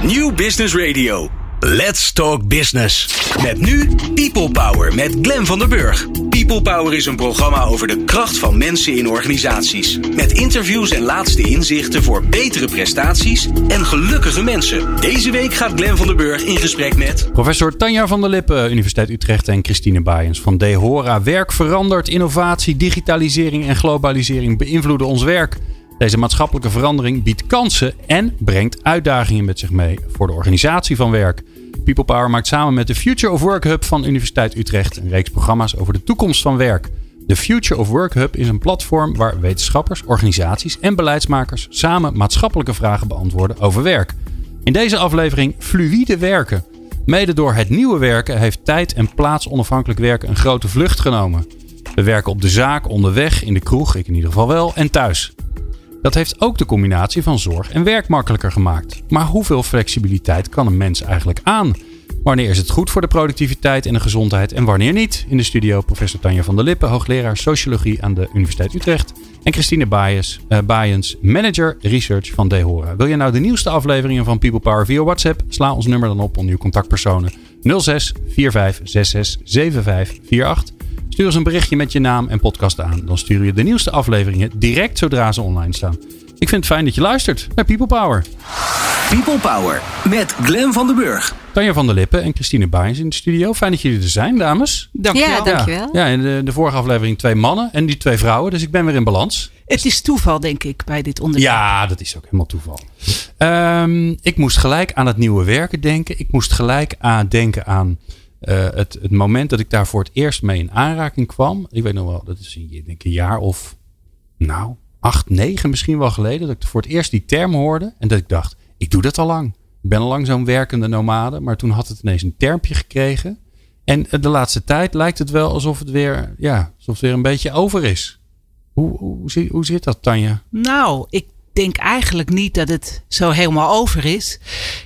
New Business Radio. Let's Talk Business. Met nu People Power met Glenn van der Burg. People Power is een programma over de kracht van mensen in organisaties. Met interviews en laatste inzichten voor betere prestaties en gelukkige mensen. Deze week gaat Glenn van der Burg in gesprek met professor Tanja van der Lippe, Universiteit Utrecht, en Christine Baaiens van Dehora. Werk verandert, innovatie, digitalisering en globalisering beïnvloeden ons werk. Deze maatschappelijke verandering biedt kansen en brengt uitdagingen met zich mee voor de organisatie van werk. People Power maakt samen met de Future of Work Hub van Universiteit Utrecht een reeks programma's over de toekomst van werk. De Future of Work Hub is een platform waar wetenschappers, organisaties en beleidsmakers samen maatschappelijke vragen beantwoorden over werk. In deze aflevering fluïde werken. Mede door het nieuwe werken heeft tijd- en plaatsonafhankelijk werken een grote vlucht genomen. We werken op de zaak, onderweg, in de kroeg, ik in ieder geval wel, en thuis. Dat heeft ook de combinatie van zorg en werk makkelijker gemaakt. Maar hoeveel flexibiliteit kan een mens eigenlijk aan? Wanneer is het goed voor de productiviteit en de gezondheid en wanneer niet? In de studio professor Tanja van der Lippe, hoogleraar sociologie aan de Universiteit Utrecht. En Christine Baaiens, manager research van Dehora. Wil je nou de nieuwste afleveringen van People Power via WhatsApp? Sla ons nummer dan op onder uw contactpersonen 06 45 66 75 48. Stuur ons een berichtje met je naam en podcast aan. Dan sturen je de nieuwste afleveringen direct zodra ze online staan. Ik vind het fijn dat je luistert naar People Power. People Power met Glenn van der Burg. Tanja van der Lippe en Christine Baaiens in de studio. Fijn dat jullie er zijn, dames. Dankjewel. Ja, dankjewel. Ja, in de vorige aflevering 2 mannen en die 2 vrouwen. Dus ik ben weer in balans. Het is toeval, denk ik, bij dit onderwerp. Ja, dat is ook helemaal toeval. Ik moest gelijk aan het nieuwe werken denken. Ik moest gelijk denken aan het moment dat ik daar voor het eerst mee in aanraking kwam. Ik weet nog wel, dat is denk een jaar of 8, 9 misschien wel geleden. Dat ik voor het eerst die term hoorde. En dat ik dacht, ik doe dat al lang. Ik ben al lang zo'n werkende nomade. Maar toen had het ineens een termpje gekregen. En de laatste tijd lijkt het wel alsof het weer een beetje over is. Hoe zit dat, Tanja? Nou, ik denk eigenlijk niet dat het zo helemaal over is.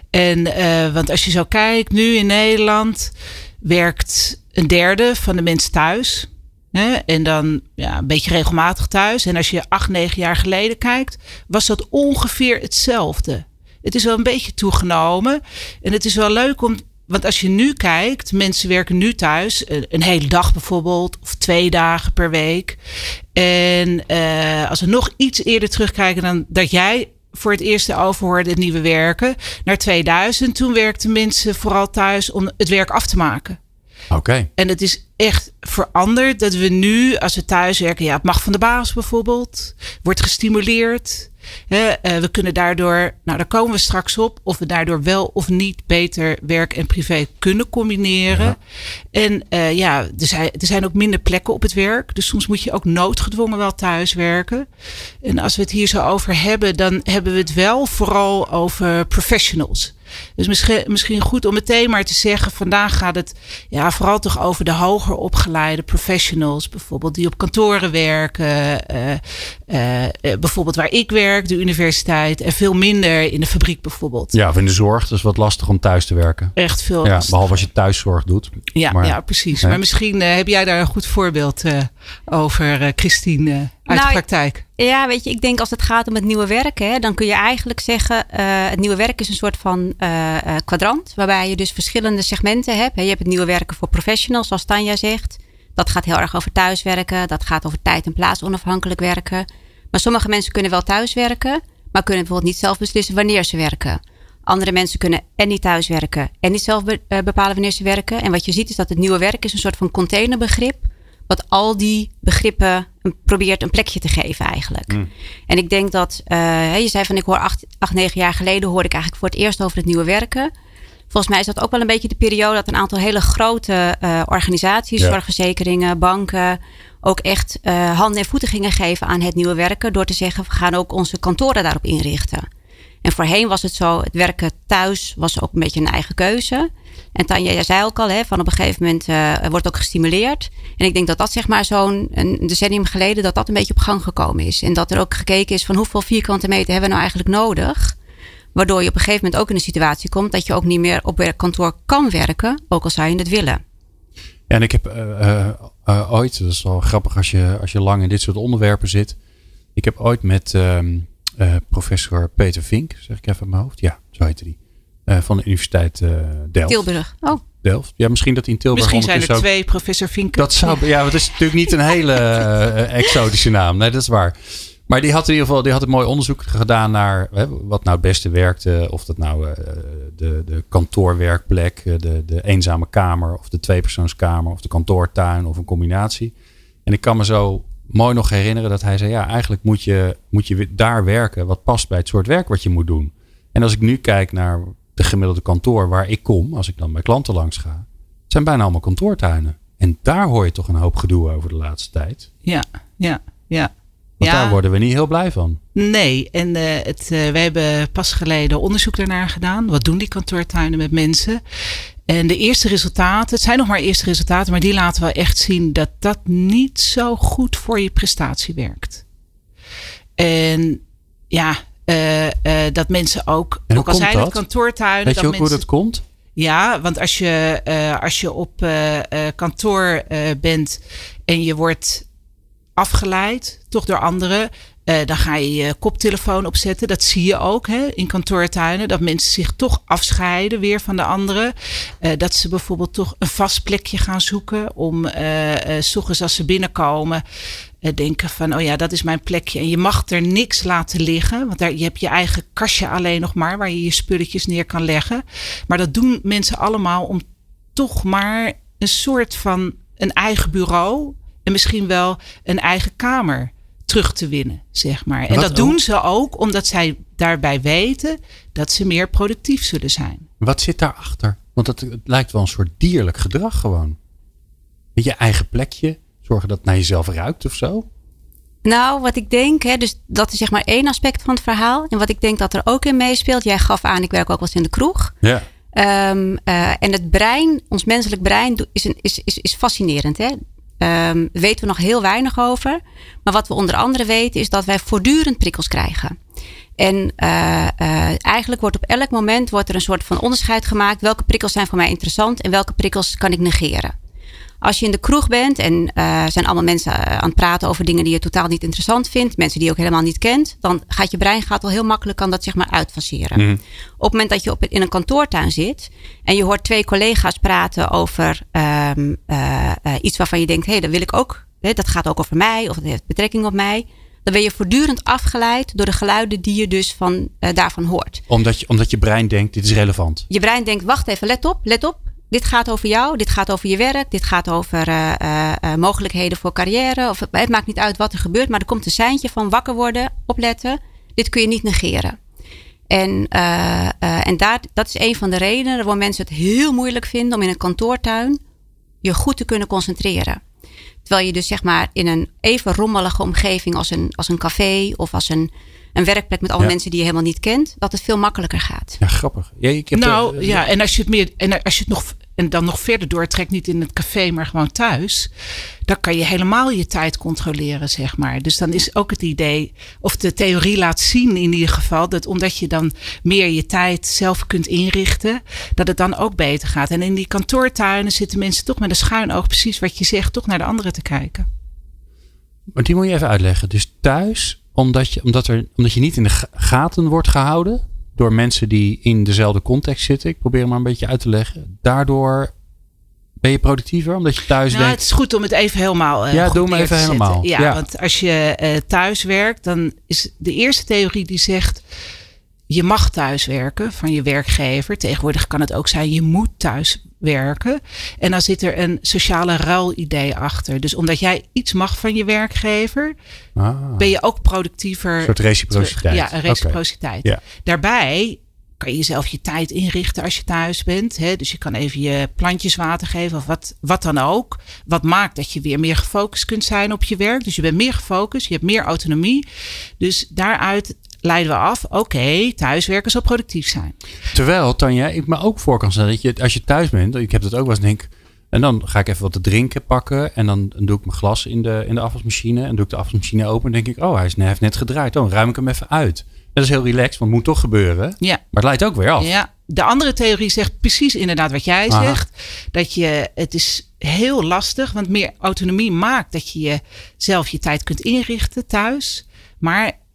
Want als je zo kijkt, nu in Nederland werkt 1/3 van de mensen thuis. Hè? En dan een beetje regelmatig thuis. En als je 8, 9 jaar geleden kijkt, was dat ongeveer hetzelfde. Het is wel een beetje toegenomen. En het is wel leuk want als je nu kijkt, mensen werken nu thuis een hele dag bijvoorbeeld, of 2 dagen per week. En als we nog iets eerder terugkijken dan dat jij voor het eerst overhoorde het nieuwe werken, naar 2000, toen werkten mensen vooral thuis om het werk af te maken. Oké. En het is echt veranderd dat we nu, als we thuis werken, het mag van de baas bijvoorbeeld, wordt gestimuleerd. We kunnen daardoor, daar komen we straks op, of we daardoor wel of niet beter werk en privé kunnen combineren. Ja. En er zijn ook minder plekken op het werk. Dus soms moet je ook noodgedwongen wel thuis werken. En als we het hier zo over hebben, dan hebben we het wel vooral over professionals. Dus misschien goed om meteen maar te zeggen, vandaag gaat het vooral toch over de hoger opgeleide professionals. Bijvoorbeeld die op kantoren werken. Bijvoorbeeld waar ik werk, de universiteit. En veel minder in de fabriek bijvoorbeeld. Ja, of in de zorg. Dat is wat lastig om thuis te werken. Echt veel lastig. Behalve als je thuiszorg doet. Ja, precies. Nee. Maar misschien heb jij daar een goed voorbeeld over, Christine, uit de praktijk. Ja, weet je, ik denk als het gaat om het nieuwe werken, dan kun je eigenlijk zeggen, het nieuwe werk is een soort van kwadrant, waarbij je dus verschillende segmenten hebt. Je hebt het nieuwe werken voor professionals, zoals Tanja zegt. Dat gaat heel erg over thuiswerken. Dat gaat over tijd- en plaatsonafhankelijk werken. Maar sommige mensen kunnen wel thuiswerken, maar kunnen bijvoorbeeld niet zelf beslissen wanneer ze werken. Andere mensen kunnen en niet thuiswerken en niet zelf bepalen wanneer ze werken. En wat je ziet is dat het nieuwe werk is een soort van containerbegrip, wat al die begrippen probeert een plekje te geven eigenlijk. En ik denk dat, je zei van ik hoor 8, 9 jaar geleden hoorde ik eigenlijk voor het eerst over het nieuwe werken. Volgens mij is dat ook wel een beetje de periode dat een aantal hele grote organisaties, zorgverzekeringen, banken, ook echt handen en voeten gingen geven aan het nieuwe werken. Door te zeggen, we gaan ook onze kantoren daarop inrichten. En voorheen was het zo, het werken thuis was ook een beetje een eigen keuze. En Tanja, jij zei ook al, van op een gegeven moment wordt ook gestimuleerd. En ik denk dat dat zeg maar een decennium geleden, dat een beetje op gang gekomen is. En dat er ook gekeken is van hoeveel vierkante meter hebben we nou eigenlijk nodig. Waardoor je op een gegeven moment ook in een situatie komt dat je ook niet meer op werkkantoor kan werken, ook al zou je het willen. Ja, en ik heb ooit, dat is wel grappig als je lang in dit soort onderwerpen zit. Ik heb ooit met professor Peter Vink, zeg ik even uit mijn hoofd. Ja, zo heette die. Van de Universiteit Delft. Tilburg. Oh. Delft. Ja, misschien dat in Tilburg. Misschien zijn er 2 professor Vinken. Dat is natuurlijk niet een hele exotische naam. Nee, dat is waar. Maar die had in ieder geval een mooi onderzoek gedaan naar wat nou het beste werkte. Of dat nou de kantoorwerkplek, de eenzame kamer of de 2-persoonskamer of de kantoortuin of een combinatie. En ik kan me zo mooi nog herinneren dat hij zei, ja, eigenlijk moet je daar werken wat past bij het soort werk wat je moet doen. En als ik nu kijk naar de gemiddelde kantoor waar ik kom, als ik dan bij klanten langs ga, het zijn bijna allemaal kantoortuinen. En daar hoor je toch een hoop gedoe over de laatste tijd. Ja. Want daar worden we niet heel blij van. Nee, en we hebben pas geleden onderzoek daarnaar gedaan. Wat doen die kantoortuinen met mensen? En de eerste resultaten, het zijn nog maar eerste resultaten, maar die laten wel echt zien dat dat niet zo goed voor je prestatie werkt. En ja, dat mensen ook al zijn het kantoortuinen. Weet je ook hoe dat komt? Ja, want als je op kantoor bent en je wordt afgeleid, toch door anderen, dan ga je je koptelefoon opzetten. Dat zie je ook in kantoortuinen. Dat mensen zich toch afscheiden weer van de anderen. Dat ze bijvoorbeeld toch een vast plekje gaan zoeken. Om 's ochtends als ze binnenkomen denken van, oh ja, dat is mijn plekje. En je mag er niks laten liggen. Want je hebt je eigen kastje alleen nog maar, waar je je spulletjes neer kan leggen. Maar dat doen mensen allemaal om toch maar een soort van een eigen bureau en misschien wel een eigen kamer terug te winnen, zeg maar. En dat doen ze ook omdat zij daarbij weten dat ze meer productief zullen zijn. Wat zit daarachter? Want het lijkt wel een soort dierlijk gedrag gewoon. Met je eigen plekje, zorgen dat het naar jezelf ruikt of zo? Nou, wat ik denk, dus dat is zeg maar 1 aspect van het verhaal. En wat ik denk dat er ook in meespeelt, jij gaf aan, ik werk ook wel eens in de kroeg. Ja. En het brein, ons menselijk brein, is fascinerend, hè? Weten we nog heel weinig over. Maar wat we onder andere weten is dat wij voortdurend prikkels krijgen. En eigenlijk wordt op elk moment er een soort van onderscheid gemaakt. Welke prikkels zijn voor mij interessant en welke prikkels kan ik negeren. Als je in de kroeg bent en zijn allemaal mensen aan het praten over dingen die je totaal niet interessant vindt. Mensen die je ook helemaal niet kent. Dan gaat je brein al heel makkelijk kan dat zeg maar uitfaseren. Mm. Op het moment dat je in een kantoortuin zit. En je hoort 2 collega's praten over iets waarvan je denkt. Hé, dat wil ik ook. Dat gaat ook over mij. Of dat heeft betrekking op mij. Dan ben je voortdurend afgeleid door de geluiden die je dus daarvan hoort. Omdat je brein denkt, dit is relevant. Je brein denkt, wacht even, let op. Dit gaat over jou, dit gaat over je werk, dit gaat over mogelijkheden voor carrière. Of het maakt niet uit wat er gebeurt, maar er komt een seintje van wakker worden, opletten. Dit kun je niet negeren. En dat is een van de redenen waarom mensen het heel moeilijk vinden om in een kantoortuin je goed te kunnen concentreren. Terwijl je dus zeg maar in een even rommelige omgeving als een café of als een werkplek met alle mensen die je helemaal niet kent, dat het veel makkelijker gaat. Ja, grappig. Ja, en als je het dan nog verder doortrekt, niet in het café, maar gewoon thuis, dan kan je helemaal je tijd controleren, zeg maar. Dus dan is ook het idee, of de theorie laat zien in ieder geval, dat omdat je dan meer je tijd zelf kunt inrichten, dat het dan ook beter gaat. En in die kantoortuinen zitten mensen toch met een schuin oog, precies wat je zegt, toch naar de anderen te kijken. Maar die moet je even uitleggen. Dus thuis, omdat je niet in de gaten wordt gehouden door mensen die in dezelfde context zitten. Ik probeer het maar een beetje uit te leggen. Daardoor ben je productiever, omdat je thuis denkt. Het is goed om het even helemaal doe maar even helemaal. Ja, want als je thuis werkt, dan is de eerste theorie die zegt, je mag thuis werken van je werkgever. Tegenwoordig kan het ook zijn, je moet thuis werken. En dan zit er een sociale ruilidee achter. Dus omdat jij iets mag van je werkgever, ben je ook productiever. Een soort reciprociteit. Ja, een reciprociteit. Okay. Ja. Daarbij kan je zelf je tijd inrichten als je thuis bent. Hè? Dus je kan even je plantjes water geven of wat dan ook. Wat maakt dat je weer meer gefocust kunt zijn op je werk. Dus je bent meer gefocust, je hebt meer autonomie. Dus daaruit leiden we af, oké, thuiswerken zal productief zijn. Terwijl, Tanja, ik me ook voor kan stellen dat je, als je thuis bent, ik heb dat ook wel eens, denk, en dan ga ik even wat te drinken pakken en dan doe ik mijn glas in de afwasmachine en doe ik de afwasmachine open en denk ik, hij heeft net gedraaid, dan ruim ik hem even uit. Dat is heel relaxed, want het moet toch gebeuren. Ja. Maar het leidt ook weer af. Ja. De andere theorie zegt precies inderdaad wat jij zegt. Dat het is heel lastig, want meer autonomie maakt dat je zelf je tijd kunt inrichten thuis. Maar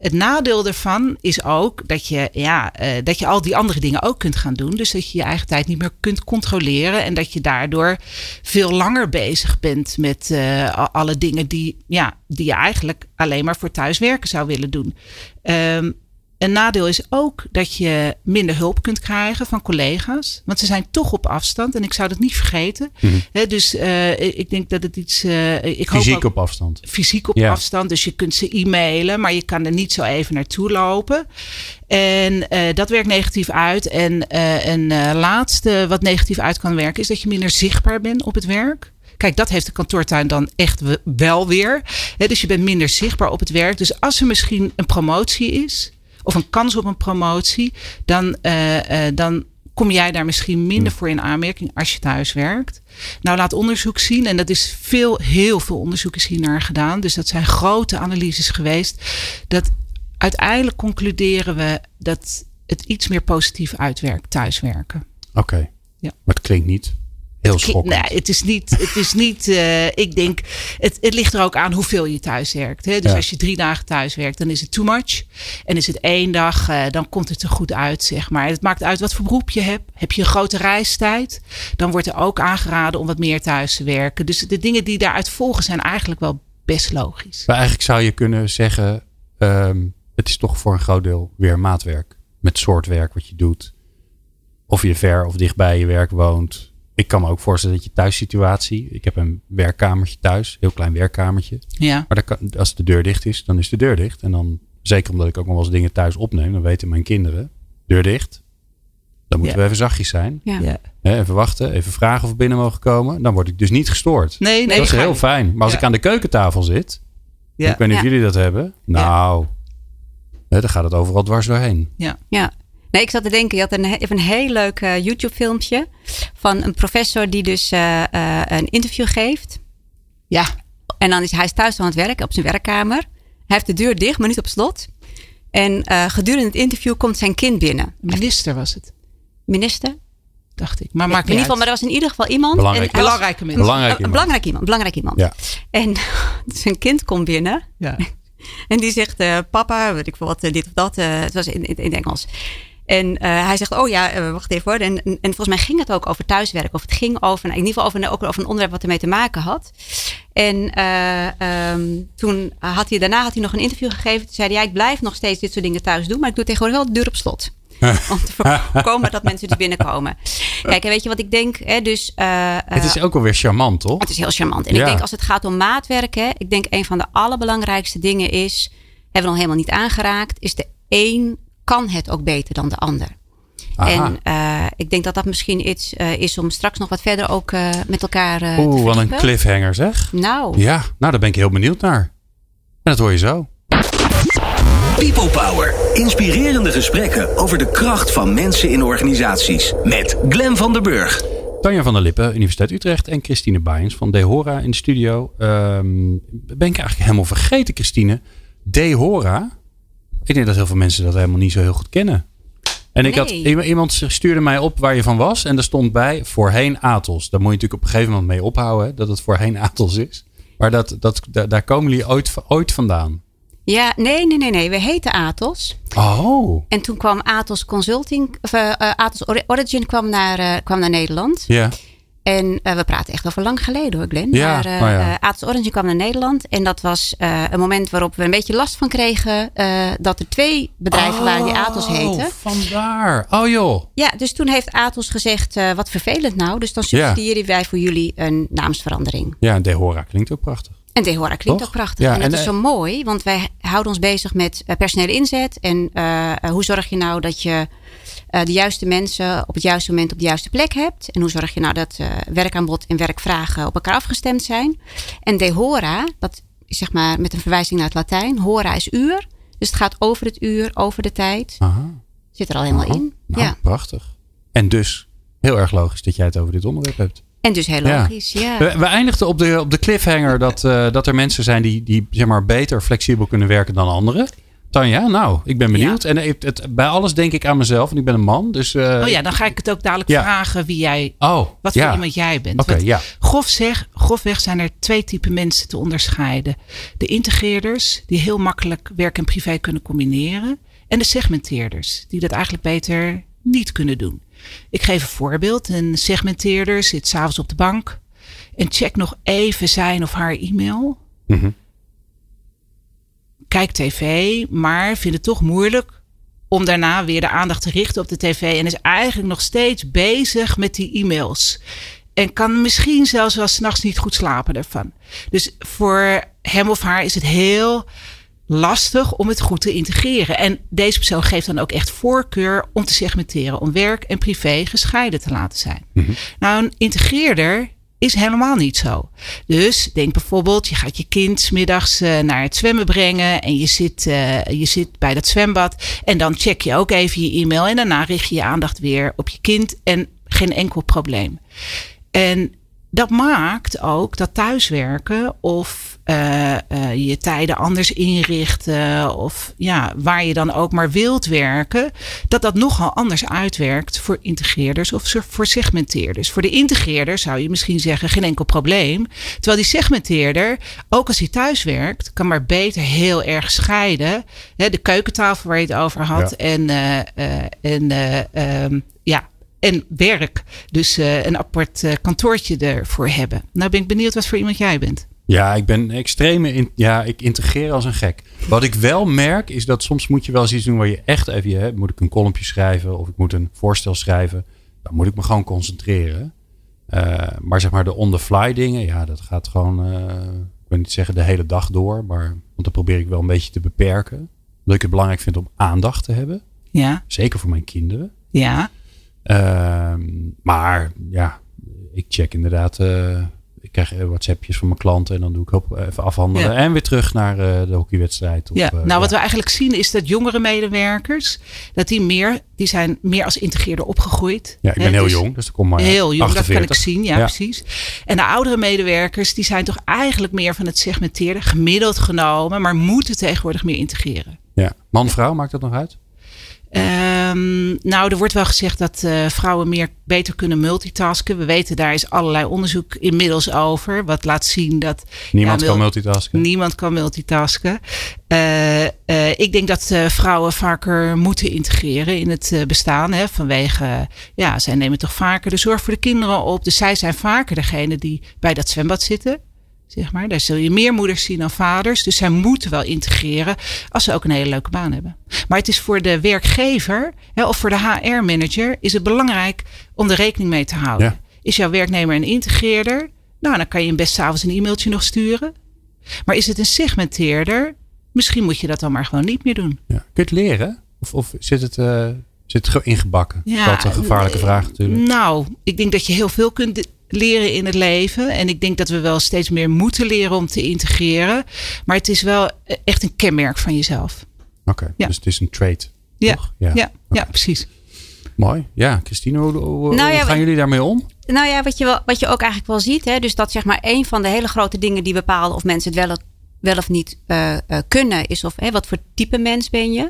Het nadeel daarvan is ook dat je al die andere dingen ook kunt gaan doen. Dus dat je je eigen tijd niet meer kunt controleren. En dat je daardoor veel langer bezig bent met alle dingen die je eigenlijk alleen maar voor thuiswerken zou willen doen. Een nadeel is ook dat je minder hulp kunt krijgen van collega's. Want ze zijn toch op afstand. En ik zou dat niet vergeten. Dus ik denk dat het iets... Fysiek op afstand. Fysiek op afstand. Dus je kunt ze e-mailen. Maar je kan er niet zo even naartoe lopen. En dat werkt negatief uit. En een laatste wat negatief uit kan werken... is dat je minder zichtbaar bent op het werk. Kijk, dat heeft de kantoortuin dan echt wel weer. Dus je bent minder zichtbaar op het werk. Dus als er misschien een promotie is... of een kans op een promotie, dan kom jij daar misschien minder voor in aanmerking als je thuis werkt. Nou, laat onderzoek zien, en dat is heel veel onderzoek is hier naar gedaan. Dus dat zijn grote analyses geweest. Dat uiteindelijk concluderen we dat het iets meer positief uitwerkt, thuiswerken. Oké. Ja. Maar het klinkt niet heel schokkend. Nee, het is niet ik denk, het ligt er ook aan hoeveel je thuis werkt. Hè? Dus als je 3 dagen thuis werkt, dan is het too much. En is het 1 dag, dan komt het er goed uit, zeg maar. Het maakt uit wat voor beroep je hebt. Heb je een grote reistijd, dan wordt er ook aangeraden om wat meer thuis te werken. Dus de dingen die daaruit volgen zijn eigenlijk wel best logisch. Maar eigenlijk zou je kunnen zeggen, het is toch voor een groot deel weer maatwerk. Met soort werk wat je doet. Of je ver of dicht bij je werk woont. Ik kan me ook voorstellen dat je thuissituatie... Ik heb een werkkamertje thuis. Heel klein werkkamertje. Ja. Maar als de deur dicht is, dan is de deur dicht. En dan, zeker omdat ik ook nog wel eens dingen thuis opneem... dan weten mijn kinderen, deur dicht. Dan moeten we even zachtjes zijn. Ja. Even wachten, even vragen of we binnen mogen komen. Dan word ik dus niet gestoord. Nee, dat is heel fijn. Maar als ik aan de keukentafel zit... Ik weet niet of jullie dat hebben. Nou, dan gaat het overal dwars doorheen. Ja. Nee, ik zat te denken, je had een heel leuk YouTube filmpje van een professor die dus een interview geeft. Ja. En dan is hij thuis aan het werken op zijn werkkamer. Hij heeft de deur dicht, maar niet op slot. En gedurende het interview komt zijn kind binnen. Minister was het. Minister? Dacht ik. Maar maakt in ieder geval, maar er was in ieder geval iemand. Belangrijk iemand. Ja. En zijn kind komt binnen. Ja. En die zegt, papa, weet ik veel wat, dit of dat. Het was in het Engels. En hij zegt, wacht even hoor. En volgens mij ging het ook over thuiswerken. Of het ging over, in ieder geval over een onderwerp wat ermee te maken had. En toen daarna had hij nog een interview gegeven. Toen zei hij, ik blijf nog steeds dit soort dingen thuis doen. Maar ik doe tegenwoordig wel de deur op slot. Om te voorkomen dat mensen dus binnenkomen. Kijk, en weet je wat ik denk? Dus, het is ook wel weer charmant, toch? Het is heel charmant. En ik denk als het gaat om maatwerk. Ik denk een van de allerbelangrijkste dingen is... hebben we nog helemaal niet aangeraakt. Is de een kan het ook beter dan de ander. Aha. En ik denk dat dat misschien iets is om straks nog wat verder ook met elkaar te verdiepen. Wat een cliffhanger zeg. Nou. Ja, daar ben ik heel benieuwd naar. En dat hoor je zo. People Power. Inspirerende gesprekken over de kracht van mensen in organisaties. Met Glen van der Burg. Tanja van der Lippe, Universiteit Utrecht. En Christine Baijens van Dehora in de studio. Ben ik eigenlijk helemaal vergeten, Christine. Dehora. Ik denk dat heel veel mensen dat helemaal niet zo heel goed kennen. En iemand stuurde mij op waar je van was. En daar stond bij voorheen Atos. Daar moet je natuurlijk op een gegeven moment mee ophouden. Hè, dat het voorheen Atos is. Maar daar komen jullie ooit vandaan. Ja, nee. We heten Atos. Oh. En toen kwam Atos Consulting, Atos Origin kwam naar Nederland. Ja. En we praten echt over lang geleden hoor, Glen. Ja, maar Atos Origin kwam naar Nederland. En dat was een moment waarop we een beetje last van kregen. Dat er 2 bedrijven waren die Atos heten. Vandaar. Oh joh. Ja, dus toen heeft Atos gezegd, wat vervelend nou. Dus dan subsidiëren wij voor jullie een naamsverandering. Ja, en Dehora klinkt ook prachtig. En Dehora klinkt ook prachtig. Ja, en dat is zo mooi, want wij houden ons bezig met personele inzet. En hoe zorg je nou dat je de juiste mensen op het juiste moment op de juiste plek hebt. En hoe zorg je nou dat werkaanbod en werkvragen op elkaar afgestemd zijn. En Dehora, dat is zeg maar met een verwijzing naar het Latijn. Hora is uur. Dus het gaat over het uur, over de tijd. Aha. Zit er al helemaal in. Nou, ja. Prachtig. En dus heel erg logisch dat jij het over dit onderwerp hebt. En dus heel logisch, ja. We eindigden op de cliffhanger dat er mensen zijn die zeg maar beter flexibel kunnen werken dan anderen. Tanja, nou, ik ben benieuwd. Ja. En bij alles denk ik aan mezelf. En ik ben een man. Dus, dan ga ik het ook dadelijk vragen wie jij... wat voor iemand jij bent. Okay, grofweg zijn er 2 typen mensen te onderscheiden. De integreerders, die heel makkelijk werk en privé kunnen combineren. En de segmenteerders, die dat eigenlijk beter niet kunnen doen. Ik geef een voorbeeld. Een segmenteerder zit 's avonds op de bank en checkt nog even zijn of haar e-mail. Mm-hmm. Kijkt tv, maar vindt het toch moeilijk om daarna weer de aandacht te richten op de tv. En is eigenlijk nog steeds bezig met die e-mails. En kan misschien zelfs wel 's nachts niet goed slapen daarvan. Dus voor hem of haar is het heel lastig om het goed te integreren. En deze persoon geeft dan ook echt voorkeur om te segmenteren. Om werk en privé gescheiden te laten zijn. Mm-hmm. Nou, een integreerder is helemaal niet zo. Dus denk bijvoorbeeld, je gaat je kind 's middags naar het zwemmen brengen. En je zit bij dat zwembad. En dan check je ook even je e-mail. En daarna richt je je aandacht weer op je kind. En geen enkel probleem. En dat maakt ook dat thuiswerken of je tijden anders inrichten of waar je dan ook maar wilt werken, dat nogal anders uitwerkt voor integreerders of voor segmenteerders. Voor de integreerder zou je misschien zeggen geen enkel probleem. Terwijl die segmenteerder, ook als hij thuis werkt, kan maar beter heel erg scheiden. De keukentafel waar je het over had en werk. Dus een apart kantoortje ervoor hebben. Nou ben ik benieuwd wat voor iemand jij bent. Ja, ik ben ik integreer als een gek. Wat ik wel merk is dat soms moet je wel eens iets doen waar je echt even... moet ik een columnje schrijven of ik moet een voorstel schrijven. Dan moet ik me gewoon concentreren. Maar zeg maar de on-the-fly dingen, dat gaat gewoon... ik wil niet zeggen de hele dag door. Want dan probeer ik wel een beetje te beperken. Omdat ik het belangrijk vind om aandacht te hebben. Ja. Zeker voor mijn kinderen. Ja. Maar ik check inderdaad... ik krijg WhatsAppjes van mijn klanten en dan doe ik even afhandelen. Ja. En weer terug naar de hockeywedstrijd. Wat we eigenlijk zien is dat jongere medewerkers, dat die zijn meer als integreerder opgegroeid. Ja, ik ben heel jong, dus dat komt maar heel jong, 48. Dat kan ik zien, ja, precies. En de oudere medewerkers, die zijn toch eigenlijk meer van het segmenteren, gemiddeld genomen, maar moeten tegenwoordig meer integreren. Ja, man-vrouw, maakt dat nog uit? Er wordt wel gezegd dat vrouwen beter kunnen multitasken. We weten, daar is allerlei onderzoek inmiddels over. Wat laat zien dat... Niemand kan multitasken. Niemand kan multitasken. Ik denk dat vrouwen vaker moeten integreren in het bestaan. Vanwege, zij nemen toch vaker de zorg voor de kinderen op. Dus zij zijn vaker degene die bij dat zwembad zitten. Zeg maar. Daar zul je meer moeders zien dan vaders. Dus zij moeten wel integreren als ze ook een hele leuke baan hebben. Maar het is voor de werkgever of voor de HR-manager is het belangrijk om er rekening mee te houden. Ja. Is jouw werknemer een integreerder? Nou, dan kan je hem best 's avonds een e-mailtje nog sturen. Maar is het een segmenteerder? Misschien moet je dat dan maar gewoon niet meer doen. Ja. Kun je het leren? Of zit het ingebakken? Ja, dat is een gevaarlijke vraag natuurlijk. Nou, ik denk dat je heel veel kunt leren in het leven. En ik denk dat we wel steeds meer moeten leren om te integreren. Maar het is wel echt een kenmerk van jezelf. Oké, dus het is een trait. Ja, toch? Ja, precies. Mooi. Ja, Christine, hoe gaan jullie daarmee om? Nou ja, wat je ook eigenlijk wel ziet. Dus dat zeg maar een van de hele grote dingen die bepalen of mensen het wel of niet kunnen. Is of wat voor type mens ben je.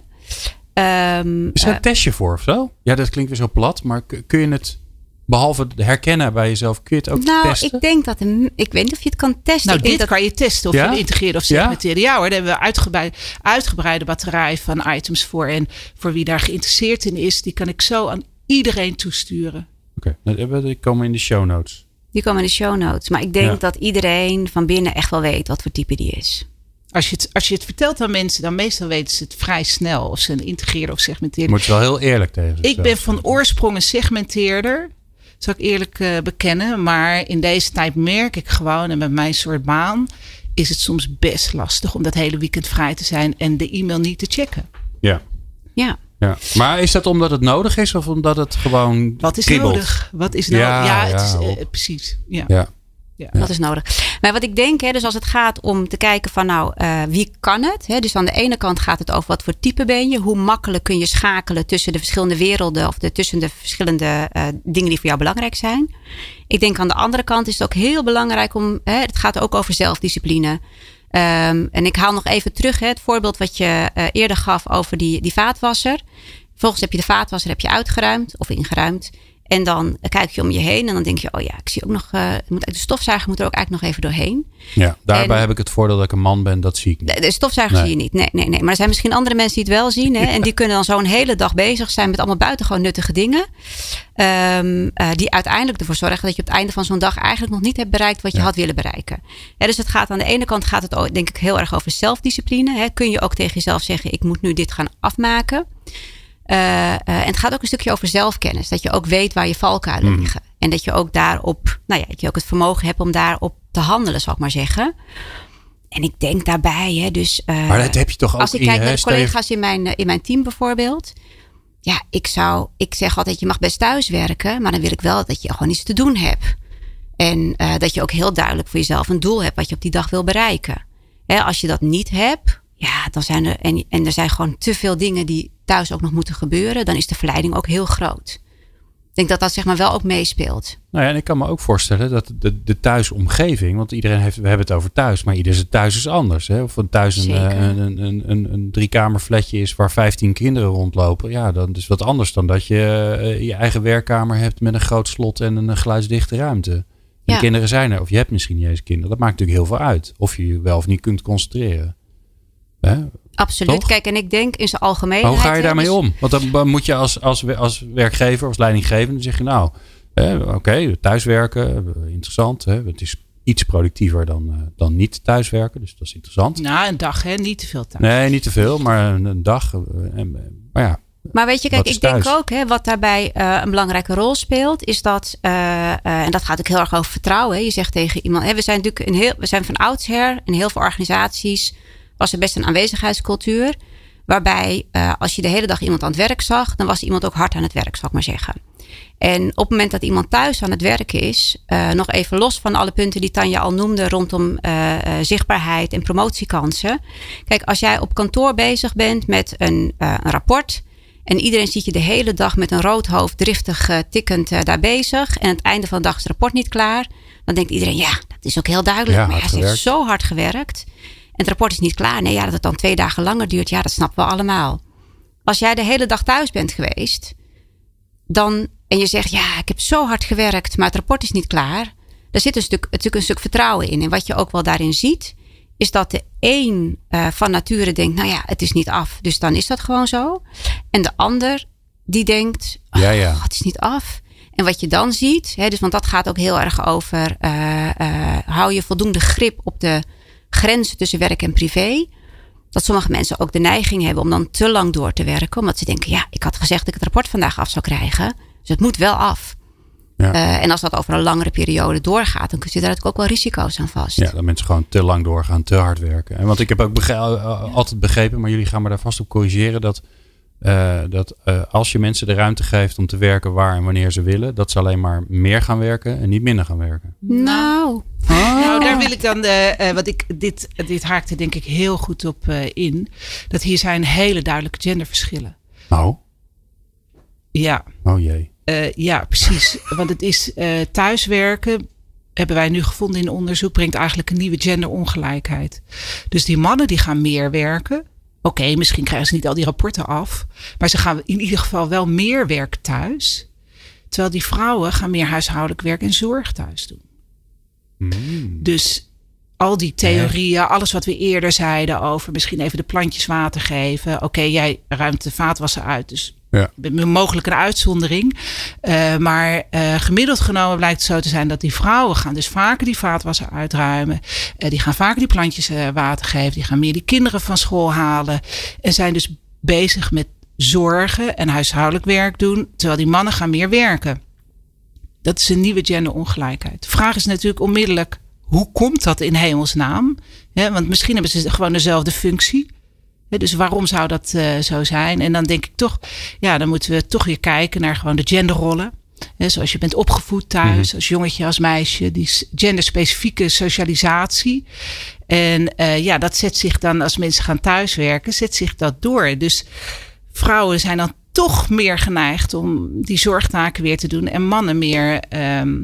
Is er een testje voor of zo? Ja, dat klinkt weer zo plat. Maar kun je het... Behalve herkennen bij jezelf, kun je het ook testen? Ik denk dat... Ik weet niet of je het kan testen. Nou, dit kan je testen of je integreert of segmenteren. Ja hoor, daar hebben we uitgebreide batterij van items voor. En voor wie daar geïnteresseerd in is, die kan ik zo aan iedereen toesturen. Oké, die komen in de show notes. Die komen in de show notes. Maar ik denk dat iedereen van binnen echt wel weet wat voor type die is. Als je het vertelt aan mensen, dan meestal weten ze het vrij snel. Of ze een integreerder of segmenteerder. Moet je wel heel eerlijk tegen Ik ben van oorsprong een segmenteerder. Zal ik eerlijk bekennen. Maar in deze tijd merk ik gewoon, en met mijn soort baan, is het soms best lastig om dat hele weekend vrij te zijn en de e-mail niet te checken. Ja. Maar is dat omdat het nodig is of omdat het gewoon Wat is kriebelt? Nodig? Wat is nodig? Het is precies. Ja. Dat is nodig. Maar wat ik denk, dus als het gaat om te kijken van wie kan het? Dus aan de ene kant gaat het over wat voor type ben je. Hoe makkelijk kun je schakelen tussen de verschillende werelden of tussen de verschillende dingen die voor jou belangrijk zijn. Ik denk aan de andere kant is het ook heel belangrijk om, het gaat ook over zelfdiscipline. En ik haal nog even terug het voorbeeld wat je eerder gaf over die vaatwasser. Vervolgens heb je de vaatwasser uitgeruimd of ingeruimd. En dan kijk je om je heen en dan denk je, ik zie ook nog, de stofzuiger moet er ook eigenlijk nog even doorheen. Ja, daarbij heb ik het voordeel dat ik een man ben, dat zie ik niet. De stofzuiger zie je niet. Nee. Maar er zijn misschien andere mensen die het wel zien. Hè? En die kunnen dan zo'n hele dag bezig zijn met allemaal buitengewoon nuttige dingen. Die uiteindelijk ervoor zorgen dat je op het einde van zo'n dag eigenlijk nog niet hebt bereikt wat je had willen bereiken. Dus het gaat aan de ene kant denk ik heel erg over zelfdiscipline. Hè? Kun je ook tegen jezelf zeggen, ik moet nu dit gaan afmaken. En het gaat ook een stukje over zelfkennis. Dat je ook weet waar je valkuilen liggen. En dat je ook daarop, dat je ook het vermogen hebt om daarop te handelen, zal ik maar zeggen. En ik denk daarbij, maar dat heb je toch ook als ik kijk naar de collega's in mijn team bijvoorbeeld. Ja, ik zeg altijd, je mag best thuis werken. Maar dan wil ik wel dat je gewoon iets te doen hebt. En dat je ook heel duidelijk voor jezelf een doel hebt wat je op die dag wil bereiken. Als je dat niet hebt, dan zijn er zijn gewoon te veel dingen die thuis ook nog moeten gebeuren. Dan is de verleiding ook heel groot. Ik denk dat zeg maar wel ook meespeelt. Nou ja, en ik kan me ook voorstellen dat de thuisomgeving, want we hebben het over thuis, maar ieders thuis is anders. Hè? Of een thuis een 3-kamerflatje is waar 15 kinderen rondlopen. Ja, dat is wat anders dan dat je je eigen werkkamer hebt met een groot slot en een geluidsdichte ruimte. De kinderen zijn er, of je hebt misschien niet eens kinderen. Dat maakt natuurlijk heel veel uit. Of je je wel of niet kunt concentreren. Hè? Absoluut. Toch? Kijk, en ik denk in zijn algemeenheid. Maar hoe ga je daarmee om? Want dan moet je als werkgever, als leidinggevende zeggen, oké, thuiswerken, interessant. Hè? Het is iets productiever dan niet thuiswerken. Dus dat is interessant. Nou, een dag, hè? Niet te veel thuis. Nee, niet te veel, maar een dag. Maar ja. Maar weet je, kijk, ik denk ook, wat daarbij een belangrijke rol speelt, is dat, en dat gaat ook heel erg over vertrouwen. Hè? Je zegt tegen iemand, we zijn natuurlijk we zijn van oudsher in heel veel organisaties was er best een aanwezigheidscultuur. Waarbij als je de hele dag iemand aan het werk zag, dan was iemand ook hard aan het werk, zal ik maar zeggen. En op het moment dat iemand thuis aan het werken is, nog even los van alle punten die Tanja al noemde rondom zichtbaarheid en promotiekansen. Kijk, als jij op kantoor bezig bent met een rapport en iedereen ziet je de hele dag met een rood hoofd driftig tikkend daar bezig en aan het einde van de dag is het rapport niet klaar, dan denkt iedereen, dat is ook heel duidelijk. Ja, maar ze heeft zo hard gewerkt. En het rapport is niet klaar. Nee, dat het dan 2 dagen langer duurt. Ja, dat snappen we allemaal. Als jij de hele dag thuis bent geweest. En je zegt, ik heb zo hard gewerkt. Maar het rapport is niet klaar. Daar zit natuurlijk een stuk vertrouwen in. En wat je ook wel daarin ziet. Is dat de een van nature denkt. Het is niet af. Dus dan is dat gewoon zo. En de ander die denkt. Het is niet af. En wat je dan ziet. Want dat gaat ook heel erg over. Hou je voldoende grip op de grenzen tussen werk en privé. Dat sommige mensen ook de neiging hebben om dan te lang door te werken. Omdat ze denken, ik had gezegd dat ik het rapport vandaag af zou krijgen. Dus het moet wel af. Ja. En als dat over een langere periode doorgaat, dan zitten daar natuurlijk ook wel risico's aan vast. Ja, dat mensen gewoon te lang doorgaan, te hard werken. En want ik heb ook altijd begrepen, maar jullie gaan me daar vast op corrigeren, dat als je mensen de ruimte geeft om te werken waar en wanneer ze willen, dat ze alleen maar meer gaan werken en niet minder gaan werken. Nou, daar wil ik dan, want dit haakte denk ik heel goed op in. Dat hier zijn hele duidelijke genderverschillen. Oh. Ja. Oh jee. Ja, precies. Want het is thuiswerken, hebben wij nu gevonden in onderzoek, brengt eigenlijk een nieuwe genderongelijkheid. Dus die mannen die gaan meer werken. Oké, misschien krijgen ze niet al die rapporten af. Maar ze gaan in ieder geval wel meer werk thuis. Terwijl die vrouwen gaan meer huishoudelijk werk en zorg thuis doen. Dus al die theorieën, alles wat we eerder zeiden over misschien even de plantjes water geven. Oké, jij ruimt de vaatwasser uit, dus mogelijk een uitzondering. Maar gemiddeld genomen blijkt het zo te zijn dat die vrouwen gaan dus vaker die vaatwasser uitruimen. Die gaan vaker die plantjes water geven. Die gaan meer die kinderen van school halen. En zijn dus bezig met zorgen en huishoudelijk werk doen. Terwijl die mannen gaan meer werken. Dat is een nieuwe genderongelijkheid. De vraag is natuurlijk onmiddellijk, hoe komt dat in hemelsnaam? Want misschien hebben ze gewoon dezelfde functie. Dus waarom zou dat zo zijn? En dan denk ik toch, dan moeten we toch weer kijken naar gewoon de genderrollen. Zoals je bent opgevoed thuis, als jongetje, als meisje. Die genderspecifieke socialisatie. En dat zet zich dan, als mensen gaan thuiswerken, zet zich dat door. Dus vrouwen zijn dan toch meer geneigd om die zorgtaken weer te doen. En mannen meer